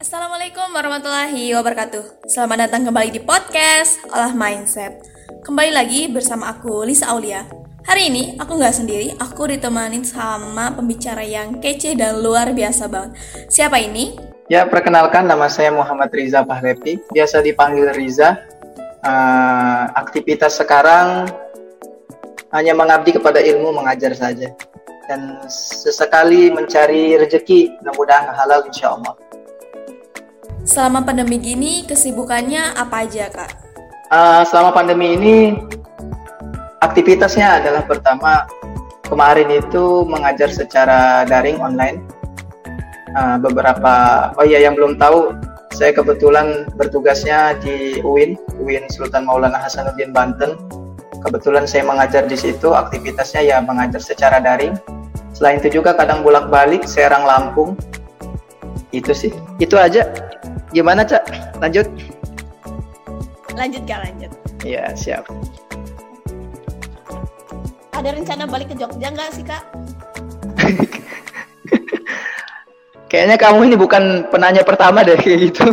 Assalamualaikum warahmatullahi wabarakatuh. Selamat datang kembali di podcast Olah Mindset. Kembali lagi bersama aku Lisa Aulia. Hari ini aku gak sendiri, aku ditemanin sama pembicara yang kece dan luar biasa banget. Siapa ini? Ya, perkenalkan, nama saya Muhammad Riza Pahlevi, biasa dipanggil Riza. Aktivitas sekarang hanya mengabdi kepada ilmu, mengajar saja. Dan sesekali mencari rezeki, mudah-mudahan halal insya Allah. Selama pandemi gini, kesibukannya apa aja, Kak? Selama pandemi ini, aktivitasnya adalah pertama, kemarin itu mengajar secara daring, online. Yang belum tahu, saya kebetulan bertugasnya di UIN Sultan Maulana Hasanuddin Banten. Kebetulan saya mengajar di situ, aktivitasnya ya mengajar secara daring. Selain itu juga kadang bolak-balik Serang Lampung. Itu sih. Itu aja. Gimana, Cak? Lanjut. Lanjut, Kak, lanjut. Iya, siap. Ada rencana balik ke Jogja nggak sih, Kak? Kayaknya kamu ini bukan penanya pertama deh kayak gitu.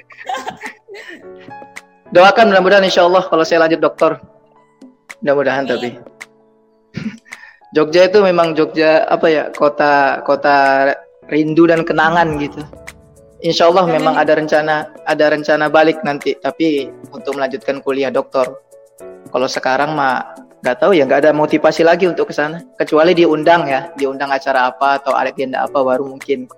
Doakan mudah-mudahan insya Allah kalau saya lanjut dokter. Mudah-mudahan tapi. Jogja itu memang kota rindu dan kenangan gitu. Insya Allah memang ada rencana balik nanti, tapi untuk melanjutkan kuliah dokter. Kalau sekarang mah nggak tahu ya, nggak ada motivasi lagi untuk ke sana. Kecuali diundang acara apa atau agenda apa baru mungkin.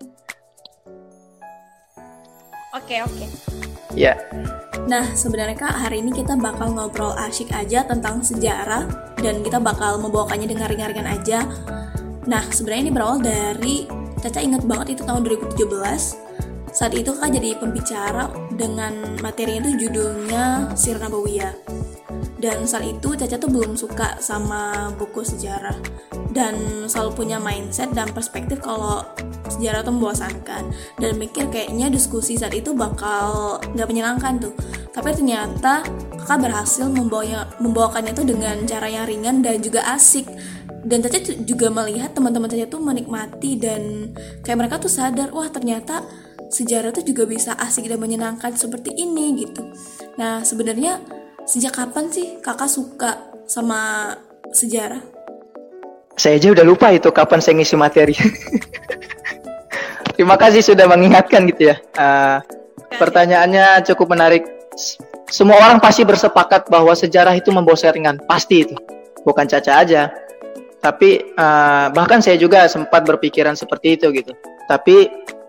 Oke. Ya. Nah, sebenarnya Kak, hari ini kita bakal ngobrol asyik aja tentang sejarah dan kita bakal membawakannya dengan ringan-ringan aja. Nah, sebenarnya ini berawal dari Caca ingat banget itu tahun 2017. Saat itu Kak jadi pembicara dengan materinya itu judulnya Sirah Nabawiyah. Dan saat itu Caca tuh belum suka sama buku sejarah dan selalu punya mindset dan perspektif kalau sejarah itu membosankan dan mikir kayaknya diskusi saat itu bakal gak menyenangkan tuh. Tapi ternyata Kakak berhasil membawakannya tuh dengan cara yang ringan dan juga asik. Dan Caca juga melihat teman-teman Caca tuh menikmati dan kayak mereka tuh sadar, wah ternyata sejarah tuh juga bisa asik dan menyenangkan seperti ini gitu. Nah, sebenarnya sejak kapan sih Kakak suka sama sejarah? Saya aja udah lupa itu kapan saya ngisi materi. Terima kasih sudah mengingatkan gitu ya. Pertanyaannya cukup menarik. Semua orang pasti bersepakat bahwa sejarah itu membosankan, pasti itu. Bukan Caca aja. Tapi bahkan saya juga sempat berpikiran seperti itu gitu. Tapi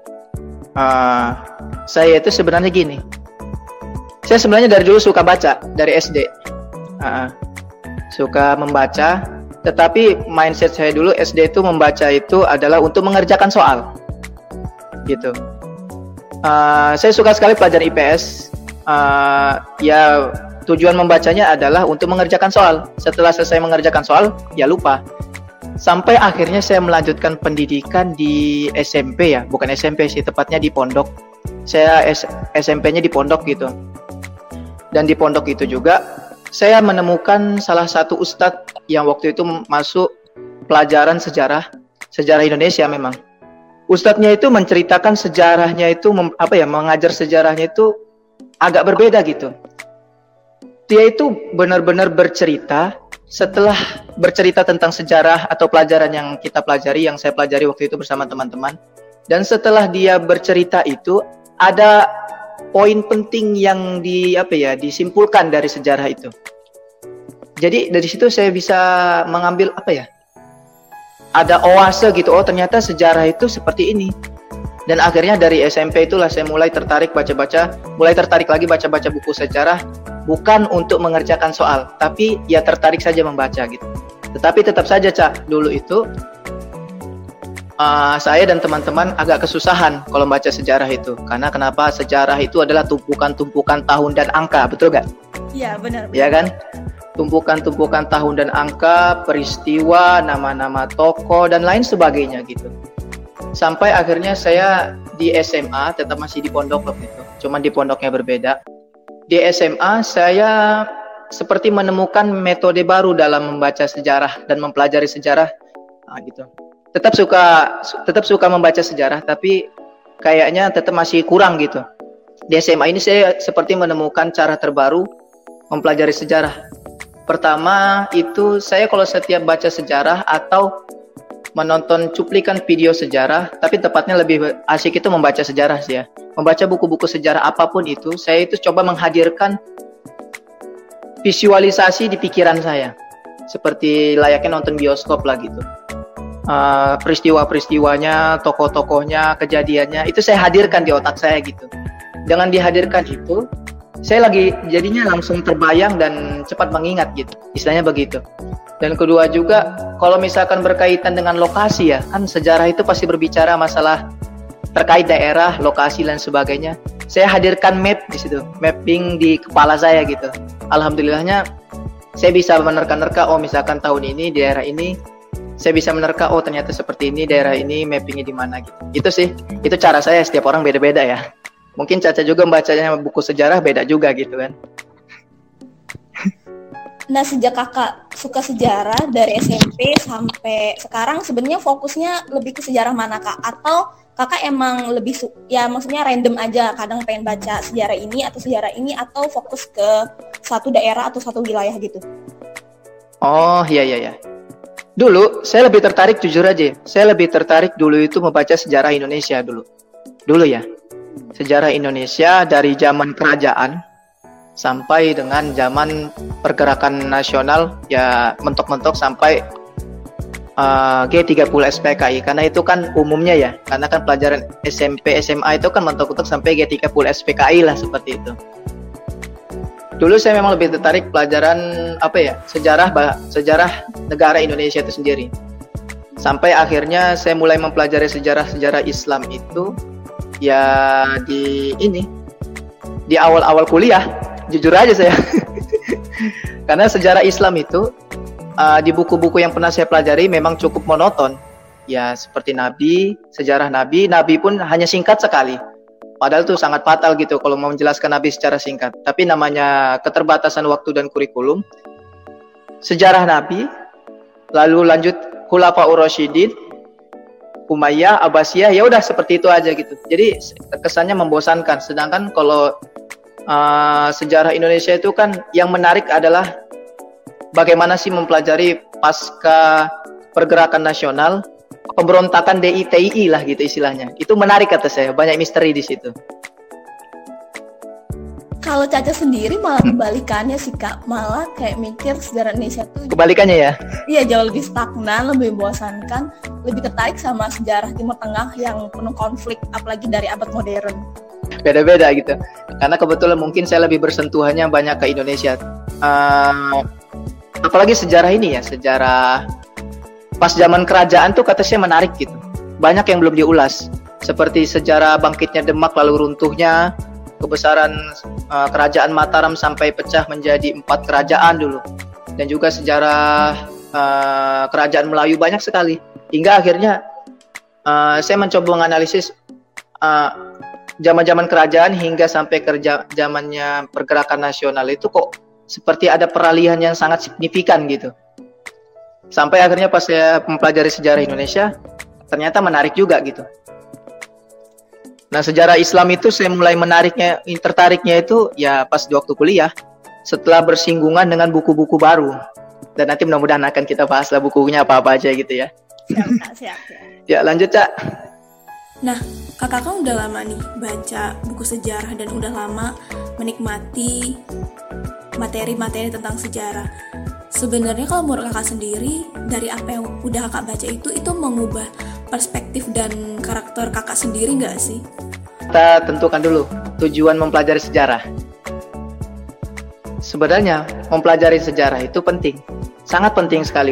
saya itu sebenarnya gini. Saya sebenarnya dari dulu suka baca, dari SD. Suka membaca, tetapi mindset saya dulu SD itu membaca itu adalah untuk mengerjakan soal. Gitu. Saya suka sekali pelajaran IPS. Tujuan membacanya adalah untuk mengerjakan soal. Setelah selesai mengerjakan soal, ya lupa. Sampai akhirnya saya melanjutkan pendidikan di SMP ya, bukan SMP sih, tepatnya di pondok. Saya SMP-nya di pondok gitu. Dan di pondok itu juga saya menemukan salah satu ustadz yang waktu itu masuk pelajaran sejarah Indonesia memang. Ustadznya itu menceritakan sejarahnya itu mengajar sejarahnya itu agak berbeda gitu. Dia itu benar-benar bercerita, setelah bercerita tentang sejarah atau pelajaran yang kita pelajari, yang saya pelajari waktu itu bersama teman-teman. Dan setelah dia bercerita itu ada poin penting yang disimpulkan dari sejarah itu. Jadi dari situ saya bisa mengambil ada oase gitu. Oh, ternyata sejarah itu seperti ini. Dan akhirnya dari SMP itulah saya mulai tertarik lagi baca-baca buku sejarah, bukan untuk mengerjakan soal, tapi ya tertarik saja membaca gitu. Tetapi tetap saja Cak, dulu itu saya dan teman-teman agak kesusahan kalau membaca sejarah itu. Karena kenapa? Sejarah itu adalah tumpukan-tumpukan tahun dan angka, betul gak? Iya, benar. Iya kan? Tumpukan-tumpukan tahun dan angka, peristiwa, nama-nama tokoh, dan lain sebagainya gitu. Sampai akhirnya saya di SMA, tetap masih di pondok waktu itu. Cuman di pondoknya berbeda. Di SMA saya seperti menemukan metode baru dalam membaca sejarah dan mempelajari sejarah. Gitu. Tetap suka membaca sejarah, tapi kayaknya tetap masih kurang gitu. Di SMA ini saya seperti menemukan cara terbaru mempelajari sejarah. Pertama itu saya kalau setiap baca sejarah atau menonton cuplikan video sejarah, tapi tepatnya lebih asik itu membaca sejarah sih ya. Membaca buku-buku sejarah apapun itu, saya itu coba menghadirkan visualisasi di pikiran saya. Seperti layaknya nonton bioskop lah gitu. Peristiwa-peristiwanya, tokoh-tokohnya, kejadiannya, itu saya hadirkan di otak saya gitu. Dengan dihadirkan itu, saya lagi jadinya langsung terbayang dan cepat mengingat gitu. Istilahnya begitu. Dan kedua juga, kalau misalkan berkaitan dengan lokasi ya, kan sejarah itu pasti berbicara masalah terkait daerah, lokasi dan sebagainya. Saya hadirkan map di situ, mapping di kepala saya gitu. Alhamdulillahnya, saya bisa menerka-nerka, oh misalkan tahun ini, di daerah ini, saya bisa menerka, oh ternyata seperti ini, daerah ini, mappingnya di mana gitu. Itu sih, itu cara saya, setiap orang beda-beda ya. Mungkin Caca juga membacanya buku sejarah beda juga gitu kan. Nah, sejak kakak suka sejarah dari SMP sampai sekarang sebenarnya fokusnya lebih ke sejarah mana kak? Atau kakak emang lebih ya maksudnya random aja, kadang pengen baca sejarah ini atau fokus ke satu daerah atau satu wilayah gitu? Oh iya. Dulu saya lebih tertarik, jujur aja, saya lebih tertarik dulu itu membaca sejarah Indonesia dulu ya. Sejarah Indonesia dari zaman kerajaan sampai dengan zaman pergerakan nasional ya, mentok-mentok sampai G30 SPKI, karena itu kan umumnya ya, karena kan pelajaran SMP SMA itu kan mentok-mentok sampai G30 SPKI lah, seperti itu. Dulu saya memang lebih tertarik pelajaran sejarah negara Indonesia itu sendiri, sampai akhirnya saya mulai mempelajari sejarah Islam itu ya di awal-awal kuliah, jujur aja saya. Karena sejarah Islam itu di buku-buku yang pernah saya pelajari memang cukup monoton. Ya seperti Nabi, sejarah Nabi pun hanya singkat sekali. Padahal itu sangat fatal gitu kalau mau menjelaskan Nabi secara singkat. Tapi namanya keterbatasan waktu dan kurikulum. Sejarah Nabi, lalu lanjut Khulafaur Rasyidin, Umayyah, Abbasiyah, ya udah seperti itu aja gitu. Jadi kesannya membosankan. Sedangkan kalau sejarah Indonesia itu kan yang menarik adalah bagaimana sih mempelajari pasca pergerakan nasional, pemberontakan DITI lah gitu istilahnya. Itu menarik kata saya, banyak misteri di situ. Kalau Caca sendiri malah kebalikannya sih kak, malah kayak mikir sejarah Indonesia tuh kebalikannya ya? Iya, jauh lebih stagnan, lebih membosankan, lebih tertarik sama sejarah Timur Tengah yang penuh konflik, apalagi dari abad modern. Beda-beda gitu, karena kebetulan mungkin saya lebih bersentuhannya banyak ke Indonesia. Apalagi sejarah ini ya, sejarah pas zaman kerajaan tuh kata saya menarik gitu. Banyak yang belum diulas, seperti sejarah bangkitnya Demak lalu runtuhnya, kebesaran kerajaan Mataram sampai pecah menjadi 4 kerajaan dulu, dan juga sejarah kerajaan Melayu banyak sekali. Hingga akhirnya saya mencoba menganalisis zaman-zaman kerajaan hingga sampai zamannya pergerakan nasional itu kok seperti ada peralihan yang sangat signifikan gitu. Sampai akhirnya pas saya mempelajari sejarah Indonesia, ternyata menarik juga gitu. Nah, sejarah Islam itu saya mulai tertariknya itu ya pas di waktu kuliah, setelah bersinggungan dengan buku-buku baru. Dan nanti mudah-mudahan akan kita bahas lah bukunya apa-apa aja gitu ya. Siap. Ya, lanjut, Cak. Nah, kakak kan udah lama nih baca buku sejarah dan udah lama menikmati materi-materi tentang sejarah. Sebenarnya kalau menurut kakak sendiri, dari apa yang udah kakak baca itu mengubah perspektif dan karakter kakak sendiri nggak sih? Kita tentukan dulu tujuan mempelajari sejarah. Sebenarnya mempelajari sejarah itu penting, sangat penting sekali.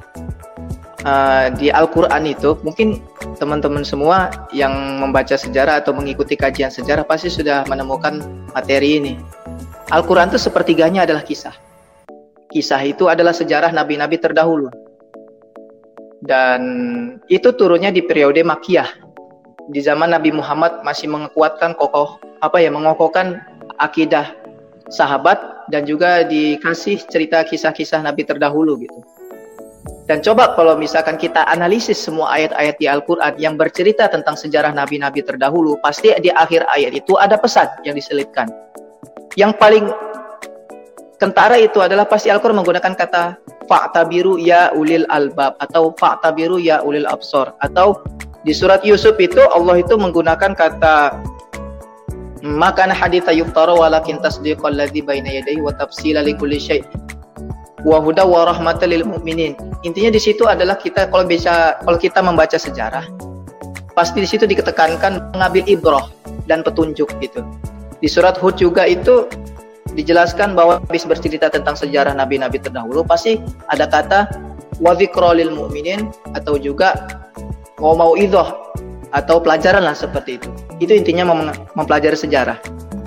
Di Al-Quran itu mungkin teman-teman semua yang membaca sejarah atau mengikuti kajian sejarah pasti sudah menemukan materi ini. Al-Quran itu sepertiganya adalah kisah. Kisah itu adalah sejarah nabi-nabi terdahulu. Dan itu turunnya di periode Makkiyah. Di zaman Nabi Muhammad masih menguatkan mengokohkan akidah sahabat dan juga dikasih cerita kisah-kisah nabi terdahulu gitu. Dan coba kalau misalkan kita analisis semua ayat-ayat di Al-Quran yang bercerita tentang sejarah nabi-nabi terdahulu, pasti di akhir ayat itu ada pesan yang diselipkan. Yang paling kentara itu adalah pasti Al-Quran menggunakan kata fa'tabiru ya ulil albab atau fa'tabiru ya ulil absor. Atau di surat Yusuf itu Allah itu menggunakan kata maka haditha yuftara walakin tasdiqal ladzi baina yadayhi wa tafsila likulli syai' wa huda wa rahmatan lil mu'minin. Intinya di situ adalah kalau kita membaca sejarah, pasti di situ ditekankan mengambil ibrah dan petunjuk gitu. Di surat Hud juga itu dijelaskan bahwa habis bercerita tentang sejarah nabi-nabi terdahulu pasti ada kata wa dzikra lil mu'minin atau juga wa mau'idzah atau pelajaran lah seperti itu. Itu intinya mempelajari sejarah.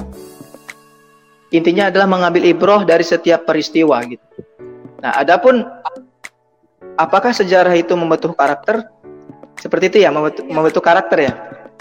Intinya adalah mengambil ibrah dari setiap peristiwa gitu. Nah, adapun apakah sejarah itu membentuk karakter? Seperti itu ya, membentuk karakter ya.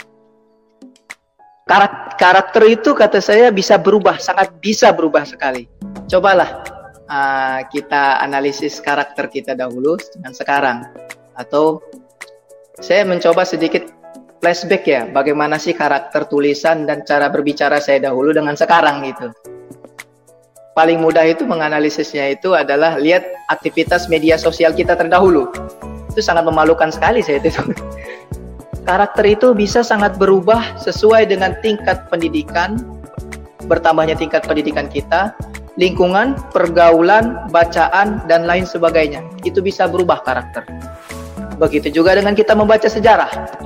Karakter itu kata saya bisa berubah, sangat bisa berubah sekali. Cobalah kita analisis karakter kita dahulu dengan sekarang. Atau saya mencoba sedikit flashback ya, bagaimana sih karakter tulisan dan cara berbicara saya dahulu dengan sekarang gitu. Paling mudah itu menganalisisnya itu adalah lihat aktivitas media sosial kita terdahulu. Itu sangat memalukan sekali saya itu. Karakter itu bisa sangat berubah sesuai dengan tingkat pendidikan, bertambahnya tingkat pendidikan kita, lingkungan, pergaulan, bacaan, dan lain sebagainya. Itu bisa berubah karakter. Begitu juga dengan kita membaca sejarah.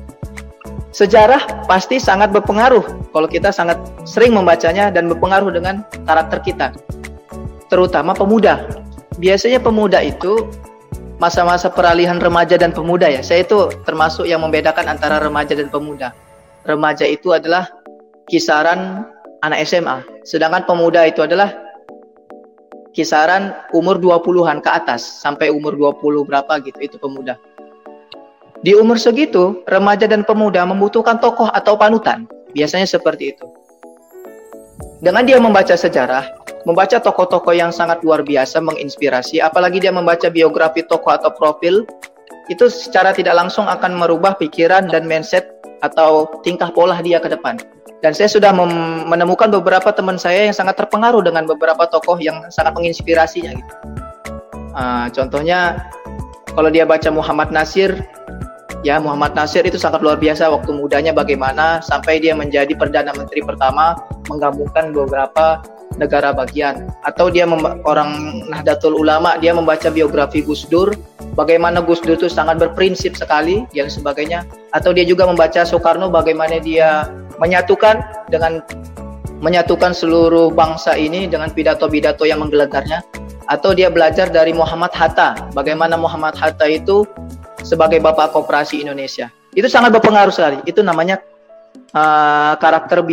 Sejarah pasti sangat berpengaruh kalau kita sangat sering membacanya dan berpengaruh dengan karakter kita. Terutama pemuda. Biasanya pemuda itu masa-masa peralihan remaja dan pemuda ya. Saya itu termasuk yang membedakan antara remaja dan pemuda. Remaja itu adalah kisaran anak SMA. Sedangkan pemuda itu adalah kisaran umur 20-an ke atas. Sampai umur 20 berapa gitu, itu pemuda. Di umur segitu, remaja dan pemuda membutuhkan tokoh atau panutan. Biasanya seperti itu. Dengan dia membaca sejarah, membaca tokoh-tokoh yang sangat luar biasa, menginspirasi, apalagi dia membaca biografi tokoh atau profil, itu secara tidak langsung akan merubah pikiran dan mindset atau tingkah pola dia ke depan. Dan saya sudah menemukan beberapa teman saya yang sangat terpengaruh dengan beberapa tokoh yang sangat menginspirasinya. Gitu. Contohnya, kalau dia baca Muhammad Nasir, ya, Muhammad Nasir itu sangat luar biasa waktu mudanya bagaimana sampai dia menjadi Perdana Menteri pertama menggabungkan beberapa negara bagian. Atau dia orang Nahdlatul Ulama, dia membaca biografi Gus Dur, bagaimana Gus Dur itu sangat berprinsip sekali dan sebagainya. Atau dia juga membaca Soekarno, bagaimana dia menyatukan seluruh bangsa ini dengan pidato-pidato yang menggelegarnya. Atau dia belajar dari Muhammad Hatta, bagaimana Muhammad Hatta itu sebagai Bapak Koperasi Indonesia. Itu sangat berpengaruh sekali. Itu namanya karakter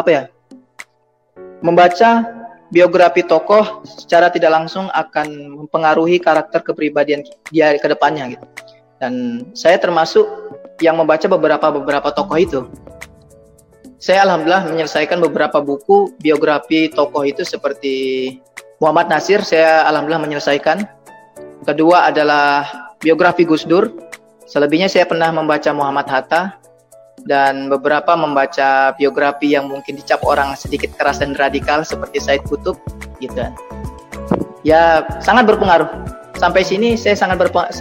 membaca biografi tokoh secara tidak langsung akan mempengaruhi karakter kepribadian dia ke depannya gitu. Dan saya termasuk yang membaca beberapa tokoh itu. Saya alhamdulillah menyelesaikan beberapa buku biografi tokoh itu seperti Muhammad Nasir, saya alhamdulillah menyelesaikan. Kedua adalah biografi Gus Dur. Selebihnya saya pernah membaca Muhammad Hatta dan beberapa membaca biografi yang mungkin dicap orang sedikit keras dan radikal seperti Said Qutb gitu. Ya, sangat berpengaruh. Sampai sini saya sangat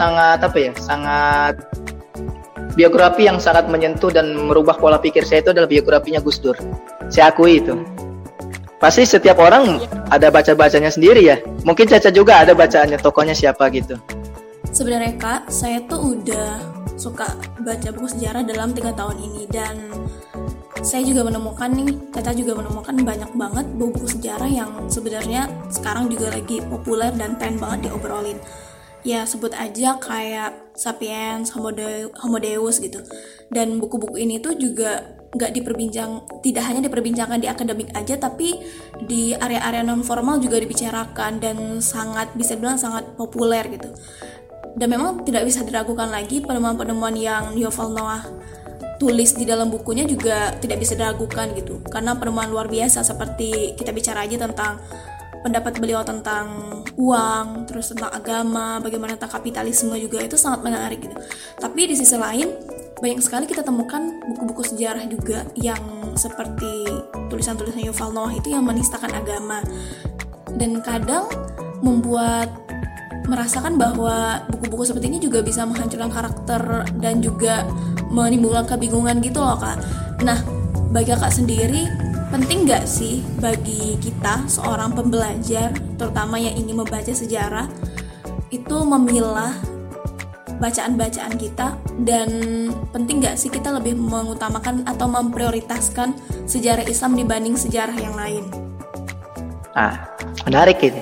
biografi yang sangat menyentuh dan merubah pola pikir saya itu adalah biografinya Gus Dur. Saya akui itu. Pasti setiap orang ada baca-bacanya sendiri ya. Mungkin Caca juga ada bacaannya tokohnya siapa gitu. Sebenarnya Kak, saya tuh udah suka baca buku sejarah dalam 3 tahun ini. Dan saya juga menemukan Caca juga menemukan banyak banget buku sejarah yang sebenarnya sekarang juga lagi populer dan tren banget diobrolin. Ya sebut aja kayak Sapiens, Homo Deus gitu. Dan buku-buku ini tuh juga tidak hanya diperbincangkan di akademik aja, tapi di area-area non formal juga dibicarakan dan bisa dibilang sangat populer gitu. Dan memang tidak bisa diragukan lagi penemuan-penemuan yang Yuval Noah tulis di dalam bukunya juga tidak bisa diragukan gitu. Karena penemuan luar biasa seperti kita bicara aja tentang pendapat beliau tentang uang, terus tentang agama, bagaimana tentang kapitalisme juga itu sangat menarik gitu. Tapi di sisi lain banyak sekali kita temukan buku-buku sejarah juga yang seperti tulisan-tulisan Yuval Noah itu yang menistakan agama, dan kadang membuat merasakan bahwa buku-buku seperti ini juga bisa menghancurkan karakter dan juga menimbulkan kebingungan gitu loh Kak. Nah, bagi Kakak sendiri, penting gak sih bagi kita seorang pembelajar, terutama yang ingin membaca sejarah, itu memilah bacaan-bacaan kita, dan penting gak sih kita lebih mengutamakan atau memprioritaskan sejarah Islam dibanding sejarah yang lain? Menarik ini.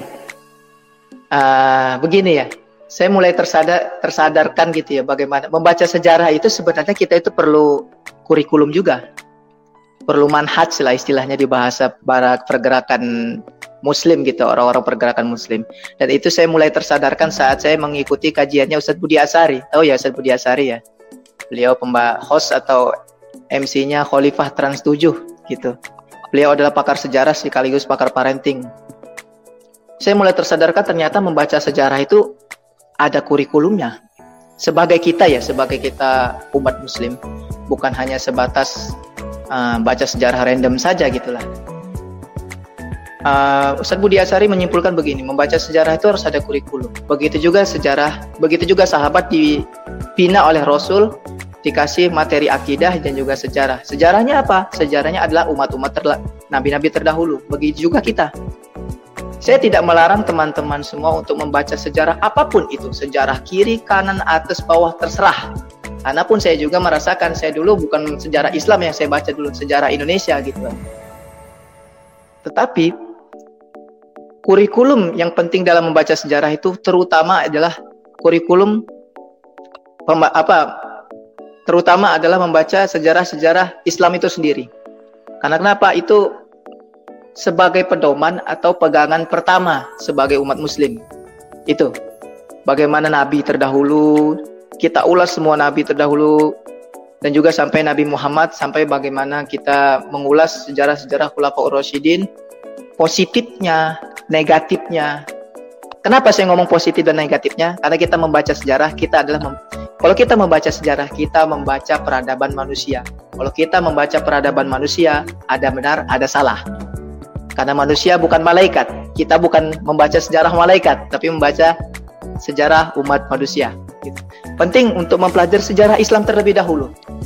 Begini ya, saya mulai tersadarkan gitu ya, bagaimana membaca sejarah itu sebenarnya kita itu perlu kurikulum juga, perlu manhaj lah istilahnya di bahasa barat pergerakan Muslim gitu, orang-orang pergerakan Muslim. Dan itu saya mulai tersadarkan saat saya mengikuti kajiannya Ustadz Budi Asari. Tahu ya Ustadz Budi Asari ya? Beliau host atau MC-nya Khalifah Trans 7 gitu. Beliau adalah pakar sejarah sekaligus pakar parenting. Saya mulai tersadarkan ternyata membaca sejarah itu ada kurikulumnya. Sebagai kita umat Muslim, bukan hanya sebatas baca sejarah random saja gitulah. Ustadz Budi Asari menyimpulkan begini, membaca sejarah itu harus ada kurikulum. Begitu juga sahabat dibina oleh Rasul, dikasih materi akidah dan juga sejarah. Sejarahnya apa? Sejarahnya adalah umat-umat nabi-nabi terdahulu. Begitu juga kita. Saya tidak melarang teman-teman semua untuk membaca sejarah apapun itu, sejarah kiri, kanan, atas, bawah, terserah. Karena pun saya juga merasakan, saya dulu bukan sejarah Islam yang saya baca dulu, sejarah Indonesia gitu kan. Tetapi kurikulum yang penting dalam membaca sejarah itu terutama adalah kurikulum terutama adalah membaca sejarah-sejarah Islam itu sendiri. Karena kenapa? Itu sebagai pedoman atau pegangan pertama sebagai umat Muslim. Itu bagaimana nabi terdahulu, kita ulas semua nabi terdahulu, dan juga sampai Nabi Muhammad, sampai bagaimana kita mengulas sejarah-sejarah Khulafaur Rasyidin, positifnya, negatifnya. Kenapa saya ngomong positif dan negatifnya? Karena kita membaca sejarah, kalau kita membaca sejarah, kita membaca peradaban manusia. Kalau kita membaca peradaban manusia, ada benar, ada salah. Karena manusia bukan malaikat. Kita bukan membaca sejarah malaikat, tapi membaca sejarah umat manusia. Penting untuk mempelajari sejarah Islam terlebih dahulu.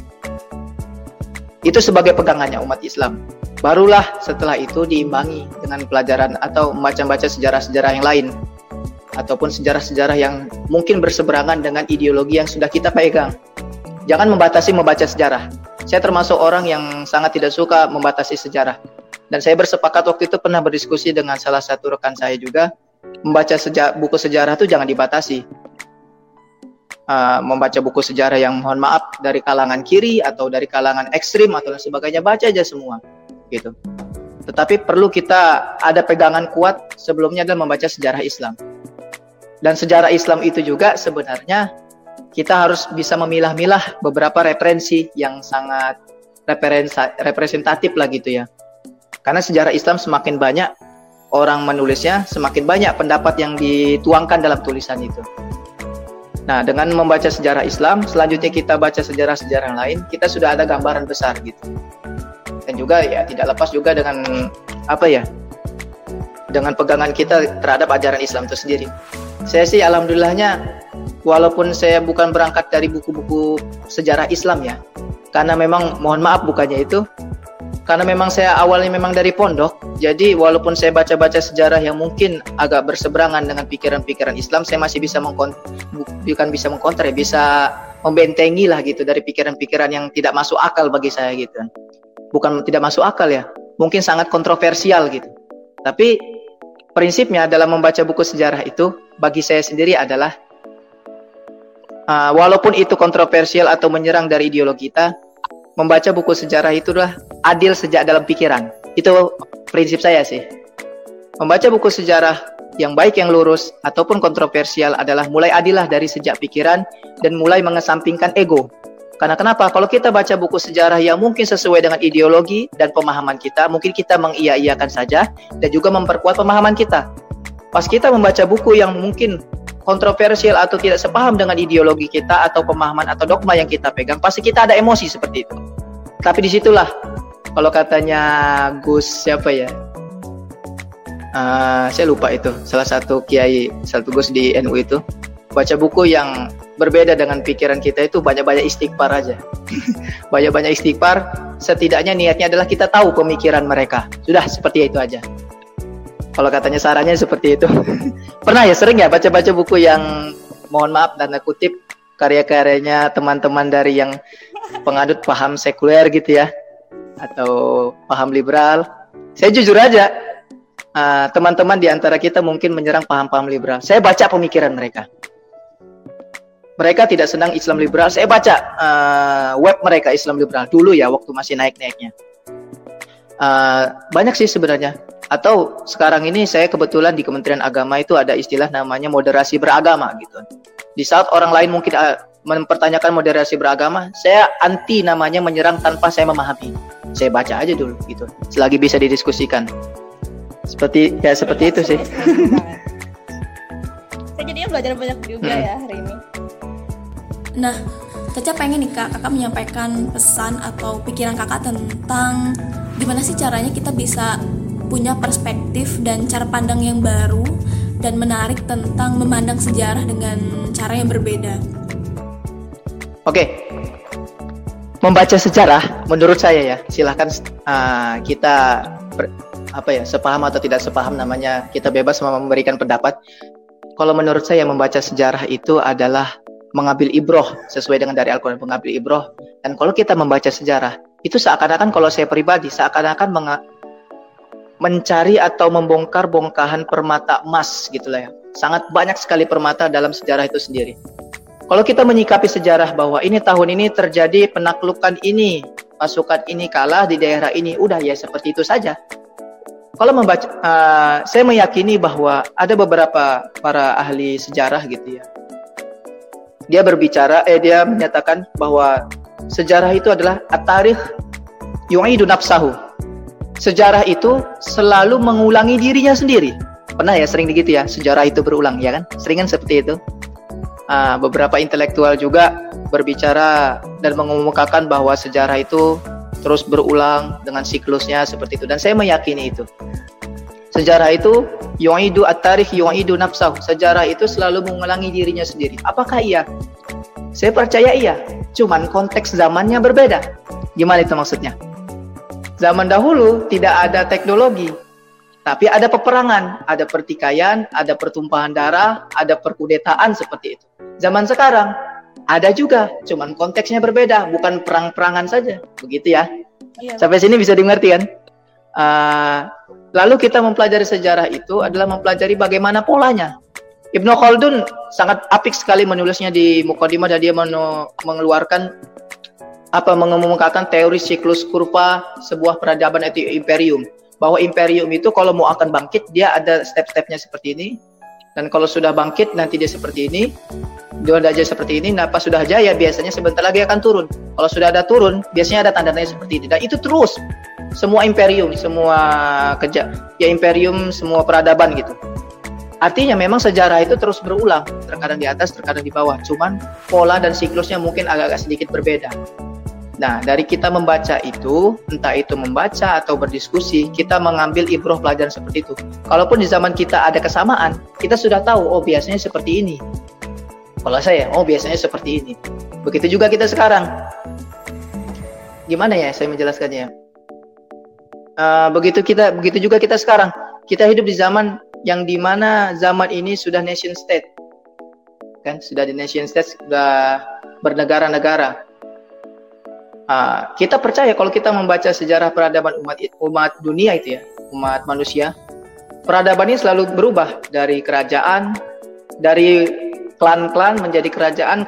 Itu sebagai pegangannya umat Islam. Barulah setelah itu diimbangi dengan pelajaran atau membaca sejarah-sejarah yang lain, ataupun sejarah-sejarah yang mungkin berseberangan dengan ideologi yang sudah kita pegang. Jangan membatasi membaca sejarah. Saya termasuk orang yang sangat tidak suka membatasi sejarah. Dan saya bersepakat waktu itu pernah berdiskusi dengan salah satu rekan saya juga, membaca buku sejarah itu jangan dibatasi. Membaca buku sejarah yang mohon maaf dari kalangan kiri atau dari kalangan ekstrim atau sebagainya, baca aja semua gitu. Tetapi perlu kita ada pegangan kuat sebelumnya adalah membaca sejarah Islam. Dan sejarah Islam itu juga sebenarnya kita harus bisa memilah-milah beberapa referensi yang sangat representatif lah gitu ya. Karena sejarah Islam semakin banyak orang menulisnya, semakin banyak pendapat yang dituangkan dalam tulisan itu. Nah, dengan membaca sejarah Islam, selanjutnya kita baca sejarah-sejarah yang lain, kita sudah ada gambaran besar gitu. Dan juga ya tidak lepas juga dengan dengan pegangan kita terhadap ajaran Islam itu sendiri. Saya sih alhamdulillahnya, walaupun saya bukan berangkat dari buku-buku sejarah Islam ya, karena memang mohon maaf bukannya itu, karena memang saya awalnya memang dari pondok, jadi walaupun saya baca-baca sejarah yang mungkin agak berseberangan dengan pikiran-pikiran Islam, saya masih bisa bisa membentengi lah gitu dari pikiran-pikiran yang tidak masuk akal bagi saya gitu. Bukan tidak masuk akal ya, mungkin sangat kontroversial gitu. Tapi prinsipnya dalam membaca buku sejarah itu, bagi saya sendiri adalah walaupun itu kontroversial atau menyerang dari ideologi kita, membaca buku sejarah itu adalah adil sejak dalam pikiran. Itu prinsip saya sih. Membaca buku sejarah yang baik, yang lurus, ataupun kontroversial adalah mulai adillah dari sejak pikiran dan mulai mengesampingkan ego. Karena kenapa? Kalau kita baca buku sejarah yang mungkin sesuai dengan ideologi dan pemahaman kita, mungkin kita mengiya-iyakan saja dan juga memperkuat pemahaman kita. Pas kita membaca buku yang mungkin kontroversial atau tidak sepaham dengan ideologi kita atau pemahaman atau dogma yang kita pegang, pasti kita ada emosi seperti itu. Tapi disitulah, kalau katanya Gus siapa ya? Saya lupa itu, salah satu kiai, satu Gus di NU itu, baca buku yang berbeda dengan pikiran kita itu banyak-banyak istighfar aja. Banyak-banyak istighfar, setidaknya niatnya adalah kita tahu pemikiran mereka. Sudah, seperti itu aja. Kalau katanya sarannya seperti itu. Pernah ya, sering ya baca-baca buku yang, mohon maaf tanda kutip, karya-karyanya teman-teman dari yang pengadut paham sekuler gitu ya, atau paham liberal. Saya jujur aja, teman-teman di antara kita mungkin menyerang paham-paham liberal. Saya baca pemikiran mereka. Mereka tidak senang Islam liberal. Saya baca web mereka Islam liberal dulu ya, waktu masih naik-naiknya. Banyak sih sebenarnya. Atau sekarang ini saya kebetulan di Kementerian Agama itu ada istilah namanya moderasi beragama gitu. Di saat orang lain mungkin mempertanyakan moderasi beragama, saya anti namanya menyerang tanpa saya memahami. Saya baca aja dulu gitu, selagi bisa didiskusikan. Seperti itu sih. Saya jadinya belajar banyak juga ya hari ini. Nah, Caca pengen nih kakak menyampaikan pesan atau pikiran kakak tentang gimana sih caranya kita bisa punya perspektif dan cara pandang yang baru dan menarik tentang memandang sejarah dengan cara yang berbeda. Oke. Membaca sejarah menurut saya ya, silahkan kita sepaham atau tidak sepaham, namanya kita bebas memberikan pendapat. Kalau menurut saya membaca sejarah itu adalah mengambil ibroh sesuai dengan dari Al-Quran, mengambil ibroh. Dan kalau kita membaca sejarah itu seakan-akan, kalau saya pribadi, seakan-akan mencari atau membongkar bongkahan permata emas gitulah ya. Sangat banyak sekali permata dalam sejarah itu sendiri. Kalau kita menyikapi sejarah bahwa ini tahun ini terjadi penaklukan ini, pasukan ini kalah di daerah ini, udah ya seperti itu saja. Kalau membaca, saya meyakini bahwa ada beberapa para ahli sejarah gitu ya. Dia menyatakan bahwa sejarah itu adalah at-tarikh yu'idu nafsahu. Sejarah itu selalu mengulangi dirinya sendiri. Pernah ya sering begitu ya, sejarah itu berulang ya kan? Seringan seperti itu. Beberapa intelektual juga berbicara dan mengemukakan bahwa sejarah itu terus berulang dengan siklusnya seperti itu. Dan saya meyakini itu. Sejarah itu yu'idu at-tarikh yu'idu nafsahu. Sejarah itu selalu mengulangi dirinya sendiri. Apakah iya? Saya percaya iya. Cuman konteks zamannya berbeda. Gimana itu maksudnya? Zaman dahulu tidak ada teknologi, tapi ada peperangan, ada pertikaian, ada pertumpahan darah, ada perkudetaan seperti itu. Zaman sekarang ada juga, cuman konteksnya berbeda, bukan perang-perangan saja. Begitu ya. Iya. Sampai sini bisa dimengerti kan? Lalu kita mempelajari sejarah itu adalah mempelajari bagaimana polanya. Ibnu Khaldun sangat apik sekali menulisnya di Muqaddimah, dan dia mengeluarkan mengemukakan teori siklus kurva sebuah peradaban atau imperium. Bahwa imperium itu kalau mau akan bangkit, dia ada step-stepnya seperti ini. Dan kalau sudah bangkit, nanti dia seperti ini. Dia ada aja seperti ini. Nah, pas sudah jaya, biasanya sebentar lagi akan turun. Kalau sudah ada turun, biasanya ada tanda-tandanya seperti ini. Dan itu terus. Semua imperium, semua imperium, semua peradaban gitu. Artinya memang sejarah itu terus berulang. Terkadang di atas, terkadang di bawah. Cuman pola dan siklusnya mungkin agak-agak sedikit berbeda. Nah, dari kita membaca itu, entah itu membaca atau berdiskusi, kita mengambil ibroh pelajaran seperti itu. Kalaupun di zaman kita ada kesamaan, kita sudah tahu, oh biasanya seperti ini. Kalau saya, oh biasanya seperti ini. Begitu juga kita sekarang. Gimana ya saya menjelaskannya? Begitu juga kita sekarang. Kita hidup di zaman yang dimana zaman ini sudah nation state. Kan, sudah di nation state, sudah bernegara-negara. Kita percaya kalau kita membaca sejarah peradaban umat dunia itu ya, umat manusia, peradaban ini selalu berubah dari kerajaan, dari klan-klan menjadi kerajaan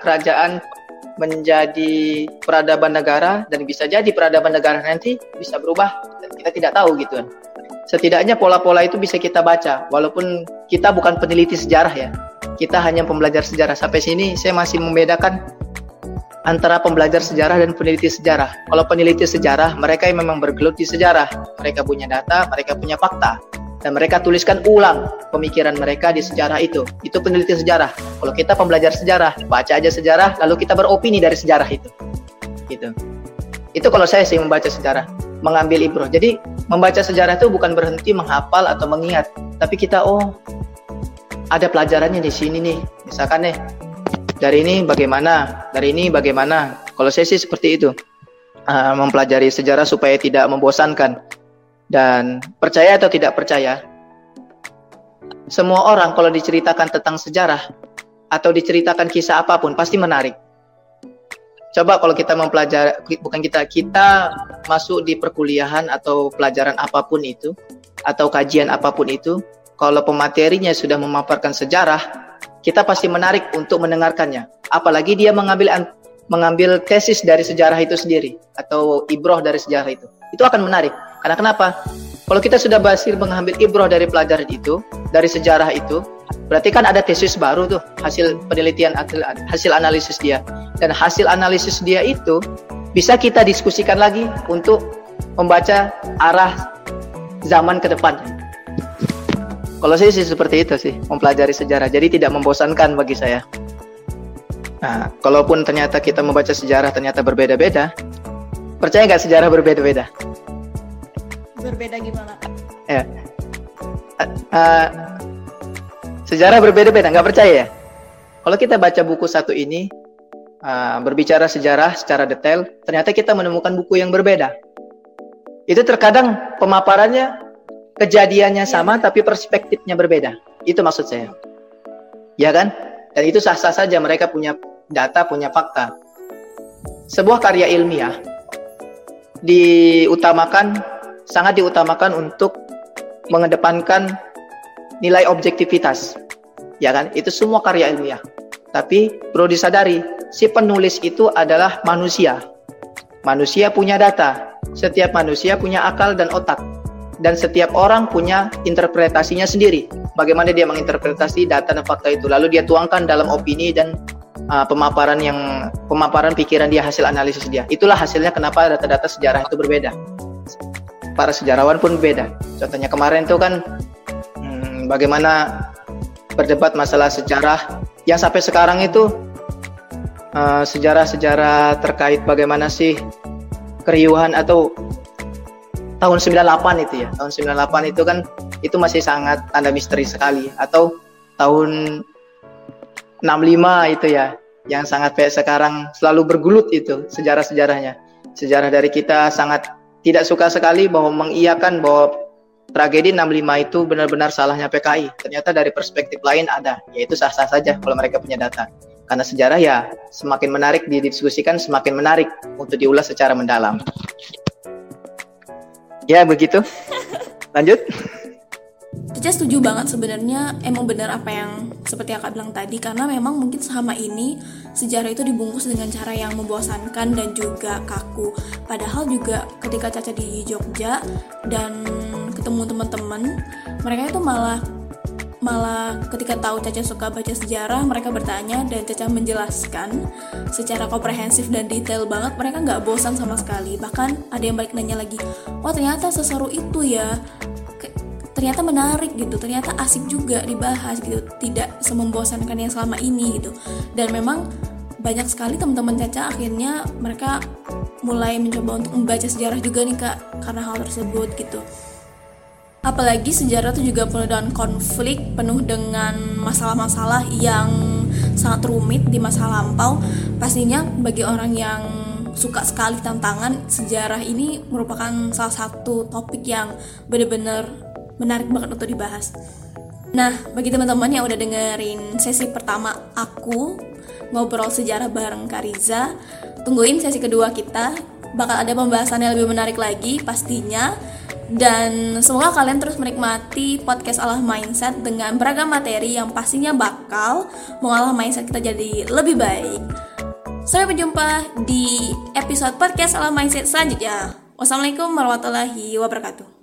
menjadi peradaban negara, dan bisa jadi peradaban negara nanti bisa berubah dan kita tidak tahu gitu kan. Setidaknya pola-pola itu bisa kita baca, walaupun kita bukan peneliti sejarah ya, kita hanya pembelajar sejarah. Sampai sini saya masih membedakan antara pembelajar sejarah dan peneliti sejarah. Kalau peneliti sejarah, mereka yang memang bergelut di sejarah. Mereka punya data, mereka punya fakta. Dan mereka tuliskan ulang pemikiran mereka di sejarah itu. Itu peneliti sejarah. Kalau kita pembelajar sejarah, baca aja sejarah, lalu kita beropini dari sejarah itu. Gitu. Itu kalau saya sih membaca sejarah, mengambil ibrah. Jadi membaca sejarah itu bukan berhenti menghafal atau mengingat, tapi kita ada pelajarannya di sini nih. Misalkan nih, dari ini bagaimana, dari ini bagaimana. Kalau saya sih seperti itu, mempelajari sejarah supaya tidak membosankan. Dan percaya atau tidak percaya, semua orang kalau diceritakan tentang sejarah atau diceritakan kisah apapun pasti menarik. Coba kalau kita mempelajari, bukan kita masuk di perkuliahan atau pelajaran apapun itu, atau kajian apapun itu, kalau pematerinya sudah memaparkan sejarah, kita pasti menarik untuk mendengarkannya. Apalagi dia mengambil tesis dari sejarah itu sendiri, atau ibroh dari sejarah itu. Itu akan menarik. Karena kenapa? Kalau kita sudah berhasil mengambil ibroh dari pelajaran itu, dari sejarah itu, berarti kan ada tesis baru tuh, hasil penelitian, hasil analisis dia. Dan hasil analisis dia itu bisa kita diskusikan lagi untuk membaca arah zaman ke depan. Kalau saya sih seperti itu sih, mempelajari sejarah. Jadi tidak membosankan bagi saya. Nah, kalaupun ternyata kita membaca sejarah ternyata berbeda-beda, percaya nggak sejarah berbeda-beda? Berbeda gimana? Ya. Sejarah berbeda-beda, nggak percaya ya? Kalau kita baca buku satu ini, berbicara sejarah secara detail, ternyata kita menemukan buku yang berbeda. Itu terkadang pemaparannya, kejadiannya sama, tapi perspektifnya berbeda. Itu maksud saya. Ya kan? Dan itu sah-sah saja, mereka punya data, punya fakta. Sebuah karya ilmiah sangat diutamakan untuk mengedepankan nilai objektivitas. Ya kan? Itu semua karya ilmiah. Tapi perlu disadari, si penulis itu adalah manusia. Manusia punya data. Setiap manusia punya akal dan otak. Dan setiap orang punya interpretasinya sendiri. Bagaimana dia menginterpretasi data dan fakta itu. Lalu dia tuangkan dalam opini dan pemaparan pikiran dia, hasil analisis dia. Itulah hasilnya kenapa data-data sejarah itu berbeda. Para sejarawan pun beda. Contohnya kemarin itu kan bagaimana berdebat masalah sejarah yang sampai sekarang itu sejarah-sejarah terkait bagaimana sih keriuhan atau tahun 98 itu ya. Tahun 98 itu kan itu masih sangat tanda misteri sekali, atau tahun 65 itu ya, yang sangat kayak sekarang selalu bergulut itu sejarah-sejarahnya. Sejarah dari kita sangat tidak suka sekali bahwa mengiyakan bahwa tragedi 65 itu benar-benar salahnya PKI. Ternyata dari perspektif lain ada, yaitu sah-sah saja kalau mereka punya data. Karena sejarah ya semakin menarik didiskusikan, semakin menarik untuk diulas secara mendalam. Ya begitu. Lanjut. Caca setuju banget sebenarnya, emang benar apa yang seperti Kakak bilang tadi, karena memang mungkin selama ini sejarah itu dibungkus dengan cara yang membosankan dan juga kaku. Padahal juga ketika Caca di Jogja dan ketemu teman-teman, mereka itu malah ketika tahu Caca suka baca sejarah, mereka bertanya dan Caca menjelaskan secara komprehensif dan detail banget. Mereka nggak bosan sama sekali. Bahkan ada yang balik nanya lagi, wah ternyata seseru itu ya, ternyata menarik gitu, ternyata asik juga dibahas gitu, tidak semembosankan yang selama ini gitu. Dan memang banyak sekali teman-teman Caca akhirnya mereka mulai mencoba untuk membaca sejarah juga nih Kak, karena hal tersebut gitu. Apalagi sejarah itu juga penuh dengan konflik, penuh dengan masalah-masalah yang sangat rumit di masa lampau. Pastinya bagi orang yang suka sekali tantangan, sejarah ini merupakan salah satu topik yang benar-benar menarik banget untuk dibahas. Nah, bagi teman-teman yang udah dengerin sesi pertama aku ngobrol sejarah bareng Kak Riza, tungguin sesi kedua kita. Bakal ada pembahasan yang lebih menarik lagi pastinya. Dan semoga kalian terus menikmati podcast Olah Mindset dengan beragam materi yang pastinya bakal mengolah mindset kita jadi lebih baik. Sampai berjumpa di episode podcast Olah Mindset selanjutnya. Wassalamualaikum warahmatullahi wabarakatuh.